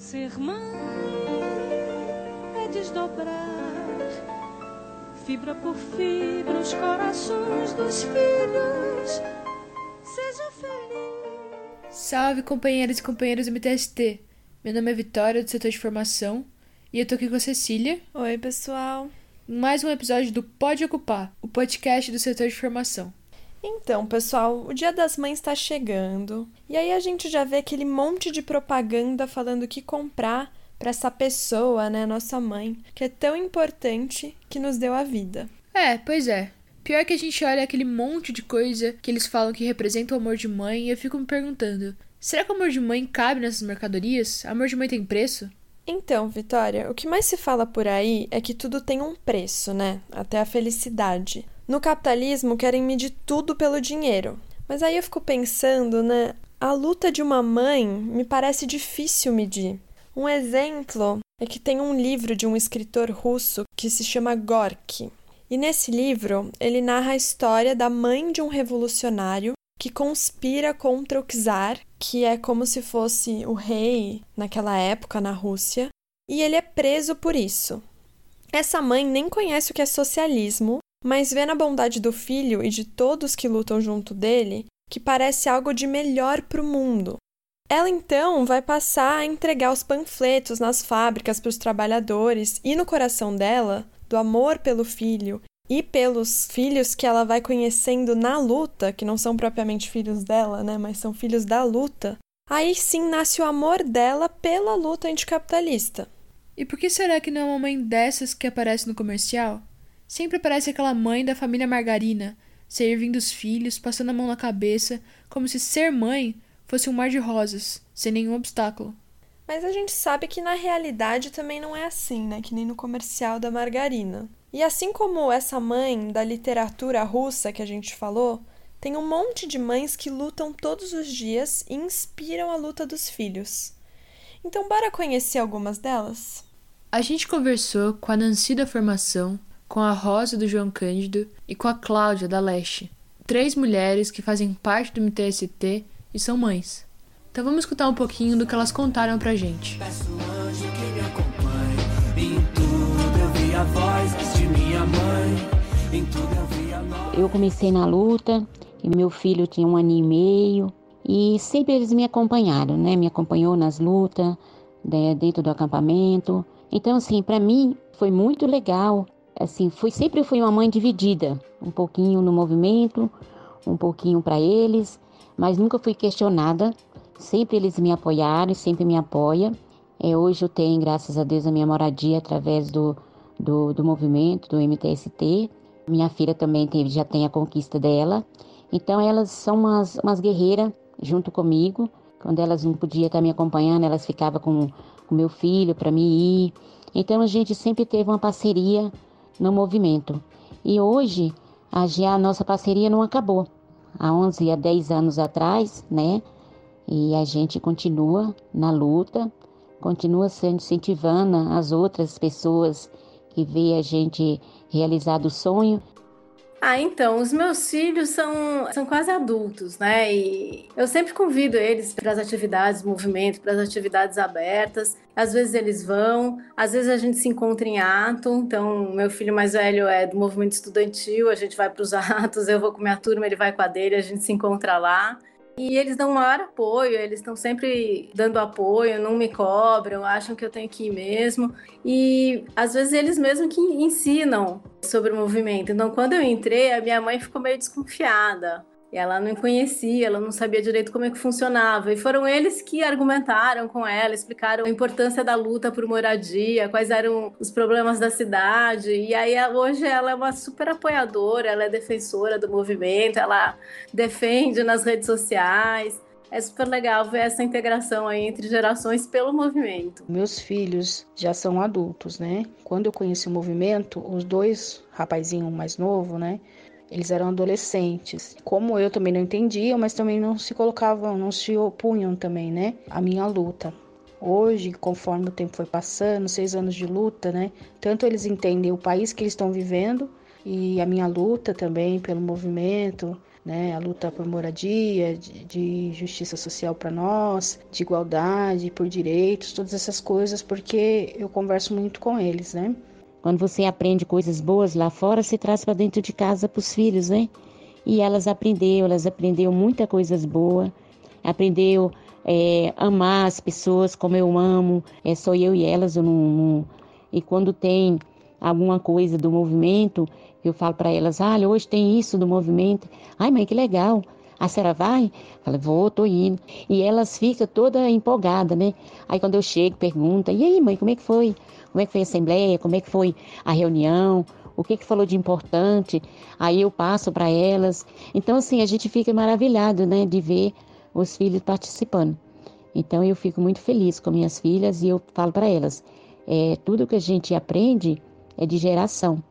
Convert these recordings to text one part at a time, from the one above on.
Ser mãe é desdobrar, fibra por fibra, os corações dos filhos. Seja feliz. Salve, companheiras e companheiros do MTST. Meu nome é Vitória, do setor de formação, e eu tô aqui com a Cecília. Oi, pessoal. Em mais um episódio do Pode Ocupar, o podcast do setor de formação. Então, pessoal, o Dia das Mães tá chegando, e aí a gente já vê aquele monte de propaganda falando o que comprar pra essa pessoa, né, nossa mãe, que é tão importante, que nos deu a vida. Pois é. Pior que a gente olha aquele monte de coisa que eles falam que representa o amor de mãe, e eu fico me perguntando, será que o amor de mãe cabe nessas mercadorias? Amor de mãe tem preço? Então, Vitória, o que mais se fala por aí é que tudo tem um preço, né? Até a felicidade. No capitalismo, querem medir tudo pelo dinheiro. Mas aí eu fico pensando, né? A luta de uma mãe me parece difícil medir. Um exemplo é que tem um livro de um escritor russo que se chama Gorky. E nesse livro, ele narra a história da mãe de um revolucionário que conspira contra o czar, que é como se fosse o rei naquela época na Rússia, e ele é preso por isso. Essa mãe nem conhece o que é socialismo, mas vê na bondade do filho e de todos que lutam junto dele que parece algo de melhor para o mundo. Ela então vai passar a entregar os panfletos nas fábricas para os trabalhadores e no coração dela, do amor pelo filho e pelos filhos que ela vai conhecendo na luta, que não são propriamente filhos dela, né, mas são filhos da luta, aí sim nasce o amor dela pela luta anticapitalista. E por que será que não é uma mãe dessas que aparece no comercial? Sempre aparece aquela mãe da família margarina, servindo os filhos, passando a mão na cabeça, como se ser mãe fosse um mar de rosas, sem nenhum obstáculo. Mas a gente sabe que na realidade também não é assim, né? Que nem no comercial da margarina. E assim como essa mãe da literatura russa que a gente falou, tem um monte de mães que lutam todos os dias e inspiram a luta dos filhos. Então, bora conhecer algumas delas? A gente conversou com a Nancy da formação, com a Rosa do João Cândido e com a Cláudia da Leste. 3 mulheres que fazem parte do MTST e são mães. Então vamos escutar um pouquinho do que elas contaram pra gente. Peço anjo que me acompanhe, em tudo eu vi a voz de minha mãe, em tudo eu vi a nossa. Eu comecei na luta, e meu filho tinha 1 ano e meio, e sempre eles me acompanharam, né? Me acompanhou nas lutas, né, dentro do acampamento. Então, assim, para mim foi muito legal. Assim, sempre fui uma mãe dividida, um pouquinho no movimento, um pouquinho para eles, mas nunca fui questionada. Sempre eles me apoiaram, sempre me apoiam. Hoje eu tenho, graças a Deus, a minha moradia através do movimento, do MTST. Minha filha também já tem a conquista dela. Então elas são umas guerreiras junto comigo. Quando elas não podiam estar me acompanhando, elas ficavam com meu filho para me ir. Então a gente sempre teve uma parceria no movimento. E hoje a nossa parceria não acabou. Há 11 a 10 anos atrás, né? E a gente continua na luta, continua sendo incentivando as outras pessoas que veem a gente realizar o sonho. Então, os meus filhos são quase adultos, né? E eu sempre convido eles para as atividades do movimento, para as atividades abertas. Às vezes eles vão, às vezes a gente se encontra em ato. Então, meu filho mais velho é do movimento estudantil, a gente vai para os atos, eu vou com minha turma, ele vai com a dele, a gente se encontra lá. E eles dão o maior apoio, eles estão sempre dando apoio, não me cobram, acham que eu tenho que ir mesmo. E às vezes eles mesmos que ensinam sobre o movimento. Então, quando eu entrei, a minha mãe ficou meio desconfiada. E ela não conhecia, ela não sabia direito como é que funcionava. E foram eles que argumentaram com ela, explicaram a importância da luta por moradia, quais eram os problemas da cidade. E aí, hoje, ela é uma super apoiadora, ela é defensora do movimento, ela defende nas redes sociais. É super legal ver essa integração aí entre gerações pelo movimento. Meus filhos já são adultos, né? Quando eu conheci o movimento, os 2 rapazinhos mais novos, né? Eles eram adolescentes. Como eu também não entendia, mas também não se colocavam, não se opunham também, né? À minha luta. Hoje, conforme o tempo foi passando, 6 anos de luta, né? Tanto eles entendem o país que eles estão vivendo e a minha luta também pelo movimento, né? A luta por moradia, de justiça social para nós, de igualdade, por direitos, todas essas coisas, porque eu converso muito com eles, né? Quando você aprende coisas boas lá fora, você traz para dentro de casa para os filhos, né? E elas aprenderam muita coisas boas, aprendeu amar as pessoas como eu amo, só eu e elas, eu não... E quando tem alguma coisa do movimento, eu falo para elas, olha, hoje tem isso do movimento. Ai, mãe, que legal. A senhora vai? Fala, vou, tô indo. E elas ficam toda empolgadas, né? Aí quando eu chego, pergunta, e aí, mãe, como é que foi? Como é que foi a assembleia? Como é que foi a reunião? O que falou de importante? Aí eu passo para elas. Então, assim, a gente fica maravilhado, né, de ver os filhos participando. Então, eu fico muito feliz com minhas filhas e eu falo para elas, tudo que a gente aprende é de geração.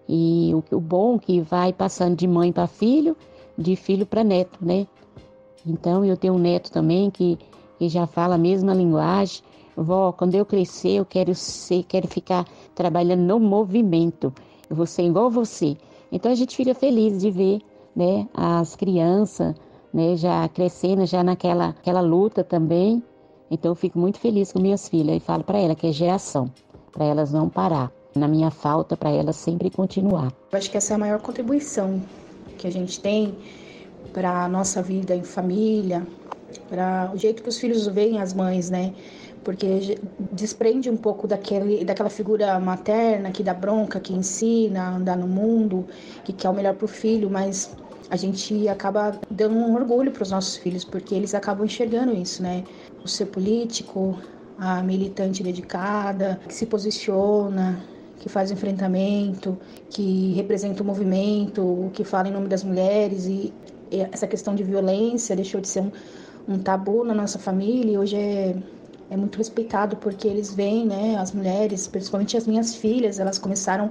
E o bom que vai passando de mãe para filho, de filho para neto, né? Então, eu tenho um neto também que já fala a mesma linguagem. Vó, quando eu crescer, eu quero ficar trabalhando no movimento. Eu vou ser igual você. Então, a gente fica feliz de ver, né, as crianças, né, já crescendo, já naquela luta também. Então, eu fico muito feliz com minhas filhas e falo para elas que é geração, para elas não parar. Na minha falta, para elas sempre continuar. Eu acho que essa é a maior contribuição que a gente tem para a nossa vida em família, para o jeito que os filhos veem as mães, né? Porque desprende um pouco daquela figura materna que dá bronca, que ensina a andar no mundo, que quer o melhor para o filho, mas a gente acaba dando um orgulho para os nossos filhos, porque eles acabam enxergando isso, né? O ser político, a militante dedicada, que se posiciona, que faz o enfrentamento, que representa o movimento, que fala em nome das mulheres. E essa questão de violência deixou de ser um tabu na nossa família e hoje é muito respeitado, porque eles veem, né, as mulheres, principalmente as minhas filhas, elas começaram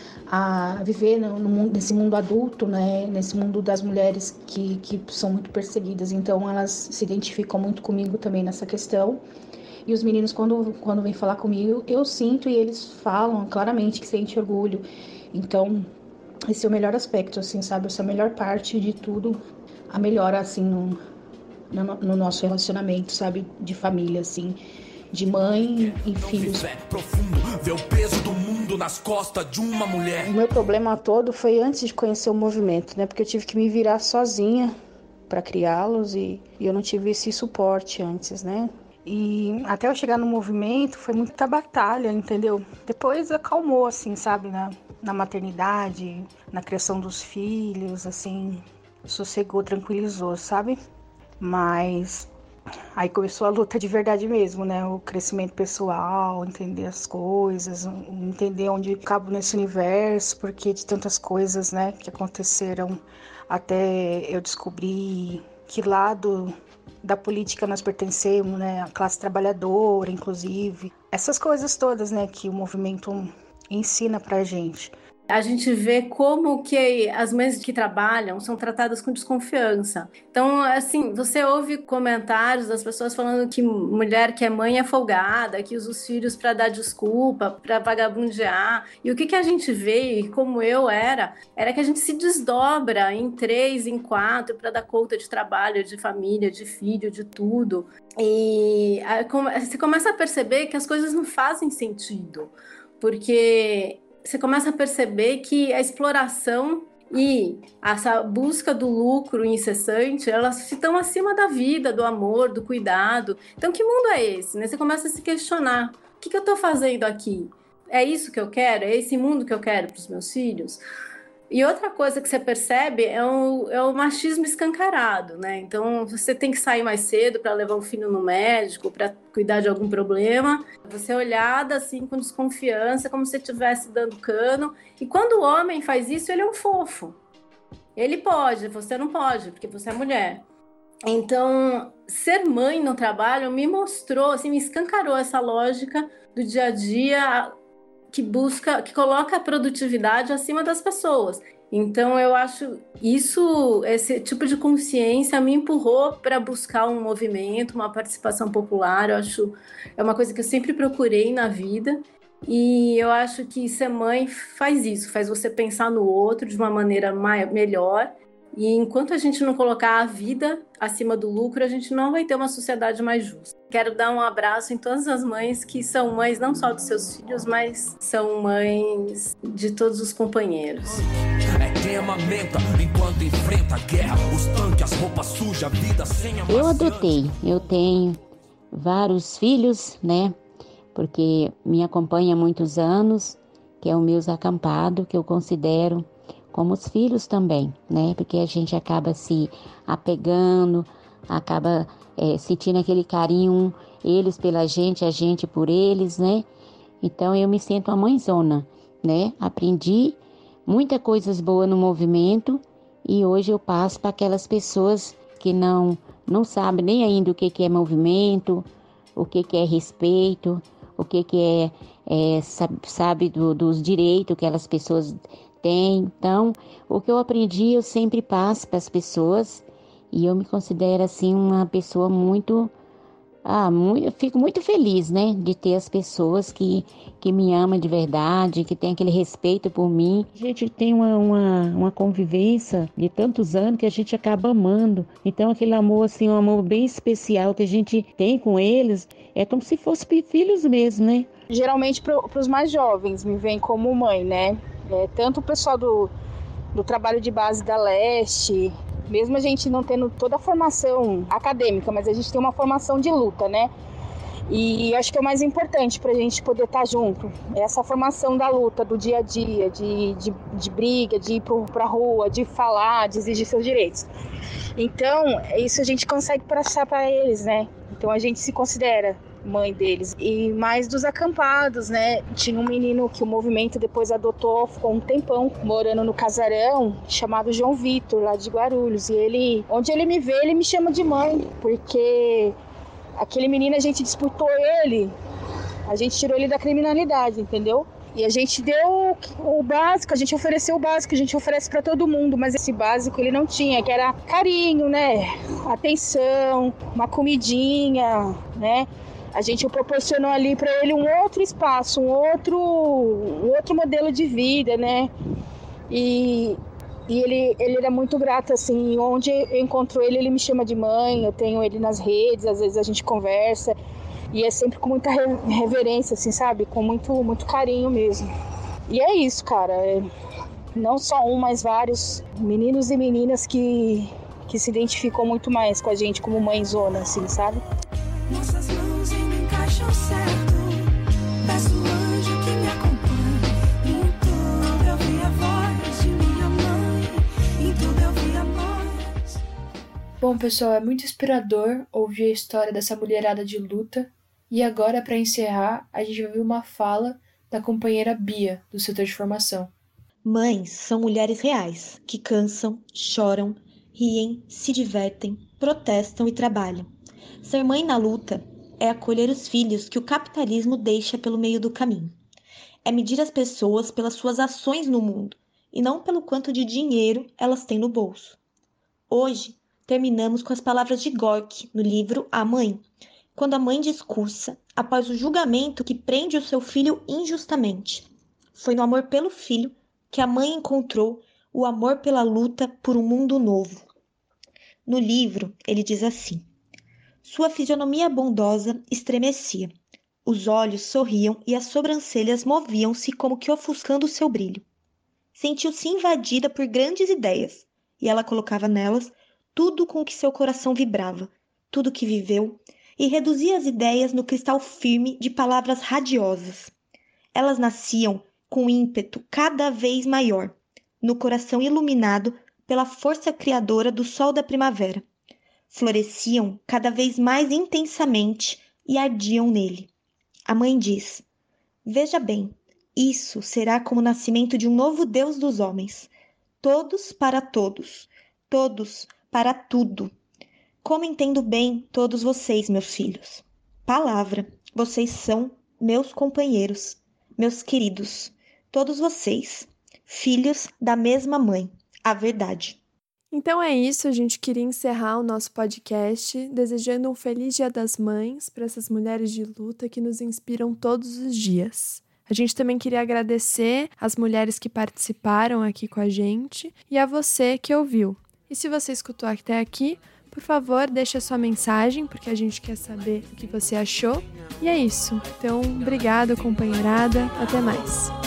a viver nesse mundo adulto, né, nesse mundo das mulheres que são muito perseguidas. Então elas se identificam muito comigo também nessa questão. E os meninos, quando vêm falar comigo, eu sinto e eles falam claramente que sentem orgulho. Então, esse é o melhor aspecto, assim, sabe? Essa é a melhor parte de tudo, a melhora, assim, no nosso relacionamento, sabe? De família, assim, de mãe e filhos. Profundo, ver o peso do mundo nas costas de uma mulher. O meu problema todo foi antes de conhecer o movimento, né? Porque eu tive que me virar sozinha para criá-los e eu não tive esse suporte antes, né? E até eu chegar no movimento foi muita batalha, entendeu? Depois acalmou, assim, sabe? Na maternidade, na criação dos filhos, assim, sossegou, tranquilizou, sabe? Mas aí começou a luta de verdade mesmo, né? O crescimento pessoal, entender as coisas, entender onde cabo nesse universo, porque de tantas coisas, né, que aconteceram até eu descobrir que lado da política nós pertencemos, né? A classe trabalhadora, inclusive. Essas coisas todas, né, que o movimento ensina pra gente. A gente vê como que as mães que trabalham são tratadas com desconfiança. Então, assim, você ouve comentários das pessoas falando que mulher que é mãe é folgada, que usa os filhos para dar desculpa, para vagabundear. E o que a gente vê, e como eu era que a gente se desdobra em 3, em 4 para dar conta de trabalho, de família, de filho, de tudo. E você começa a perceber que as coisas não fazem sentido, porque você começa a perceber que a exploração e essa busca do lucro incessante, elas estão acima da vida, do amor, do cuidado. Então, que mundo é esse? Né? Você começa a se questionar. O que eu estou fazendo aqui? É isso que eu quero? É esse mundo que eu quero para os meus filhos? E outra coisa que você percebe é o machismo escancarado, né? Então, você tem que sair mais cedo para levar o filho no médico, para cuidar de algum problema. Você é olhada assim com desconfiança, como se estivesse dando cano. E quando o homem faz isso, ele é um fofo. Ele pode, você não pode, porque você é mulher. Então, ser mãe no trabalho me mostrou, assim, me escancarou essa lógica do dia a dia que coloca a produtividade acima das pessoas. Então, eu acho esse tipo de consciência me empurrou para buscar um movimento, uma participação popular. Eu acho, é uma coisa que eu sempre procurei na vida. E eu acho que ser mãe faz isso, faz você pensar no outro de uma maneira melhor E enquanto a gente não colocar a vida acima do lucro, a gente não vai ter uma sociedade mais justa. Quero dar um abraço em todas as mães que são mães não só dos seus filhos, mas são mães de todos os companheiros. É quem amamenta enquanto enfrenta a guerra, os tanques, as roupas sujas, a vida sem amaciante. Eu adotei, eu tenho vários filhos, né? Porque me acompanha há muitos anos, que é o meus acampado, que eu considero como os filhos também, né? Porque a gente acaba se apegando, acaba sentindo aquele carinho, eles pela gente, a gente por eles, né? Então eu me sinto uma mãezona, né? Aprendi muitas coisas boas no movimento e hoje eu passo para aquelas pessoas que não sabem nem ainda o que é movimento, o que é respeito, o que sabe dos direitos que aquelas pessoas têm. Então, o que eu aprendi eu sempre passo para as pessoas e eu me considero assim uma pessoa eu fico muito feliz, né, de ter as pessoas que me amam de verdade, que tem aquele respeito por mim. A gente tem uma convivência de tantos anos que a gente acaba amando. Então aquele amor, assim, um amor bem especial que a gente tem com eles, é como se fossem filhos mesmo, né? Geralmente para os mais jovens me vem como mãe, né? Tanto o pessoal do trabalho de base da Leste, mesmo a gente não tendo toda a formação acadêmica, mas a gente tem uma formação de luta, né? E eu acho que é o mais importante para a gente poder estar junto. É essa formação da luta, do dia a dia, de briga, de ir para a rua, de falar, de exigir seus direitos. Então, isso a gente consegue passar para eles, né? Então a gente se considera mãe deles. E mais dos acampados, né? Tinha um menino que o movimento depois adotou, ficou um tempão morando no casarão, chamado João Vitor, lá de Guarulhos. E ele, onde ele me vê, ele me chama de mãe, porque aquele menino, a gente disputou ele, a gente tirou ele da criminalidade, entendeu? E a gente deu o básico, a gente ofereceu o básico, a gente oferece para todo mundo, mas esse básico ele não tinha, que era carinho, né? Atenção, uma comidinha, né? A gente proporcionou ali para ele um outro espaço, um outro modelo de vida, né? E ele era muito grato, assim, onde eu encontro ele, ele me chama de mãe, eu tenho ele nas redes, às vezes a gente conversa, e é sempre com muita reverência, assim, sabe? Com muito carinho mesmo. E é isso, cara, não só um, mas vários meninos e meninas que se identificam muito mais com a gente como mãezona, assim, sabe? Nossas mãos ainda encaixam certo. Peço o anjo que me acompanhe. Em tudo eu vi a voz de minha mãe. Em tudo eu vi a voz. Bom, pessoal, é muito inspirador ouvir a história dessa mulherada de luta. E agora, para encerrar, a gente vai ouvir uma fala da companheira Bia, do setor de formação. Mães são mulheres reais, que cansam, choram, riem, se divertem, protestam e trabalham. Ser mãe na luta é acolher os filhos que o capitalismo deixa pelo meio do caminho. É medir as pessoas pelas suas ações no mundo e não pelo quanto de dinheiro elas têm no bolso. Hoje, terminamos com as palavras de Gorky no livro A Mãe, quando a mãe discursa após o julgamento que prende o seu filho injustamente. Foi no amor pelo filho que a mãe encontrou o amor pela luta por um mundo novo. No livro, ele diz assim: sua fisionomia bondosa estremecia. Os olhos sorriam e as sobrancelhas moviam-se como que ofuscando seu brilho. Sentiu-se invadida por grandes ideias, e ela colocava nelas tudo com que seu coração vibrava, tudo que viveu, e reduzia as ideias no cristal firme de palavras radiosas. Elas nasciam com ímpeto cada vez maior, no coração iluminado pela força criadora do sol da primavera. Floresciam cada vez mais intensamente e ardiam nele. A mãe diz: veja bem, isso será como o nascimento de um novo Deus dos homens. Todos para todos, todos para tudo. Como entendo bem todos vocês, meus filhos. Palavra, vocês são meus companheiros, meus queridos. Todos vocês, filhos da mesma mãe, a verdade. Então é isso, a gente queria encerrar o nosso podcast desejando um feliz Dia das Mães para essas mulheres de luta que nos inspiram todos os dias. A gente também queria agradecer as mulheres que participaram aqui com a gente e a você que ouviu. E se você escutou até aqui, por favor, deixe a sua mensagem, porque a gente quer saber o que você achou. E é isso. Então, obrigado, companheirada. Até mais.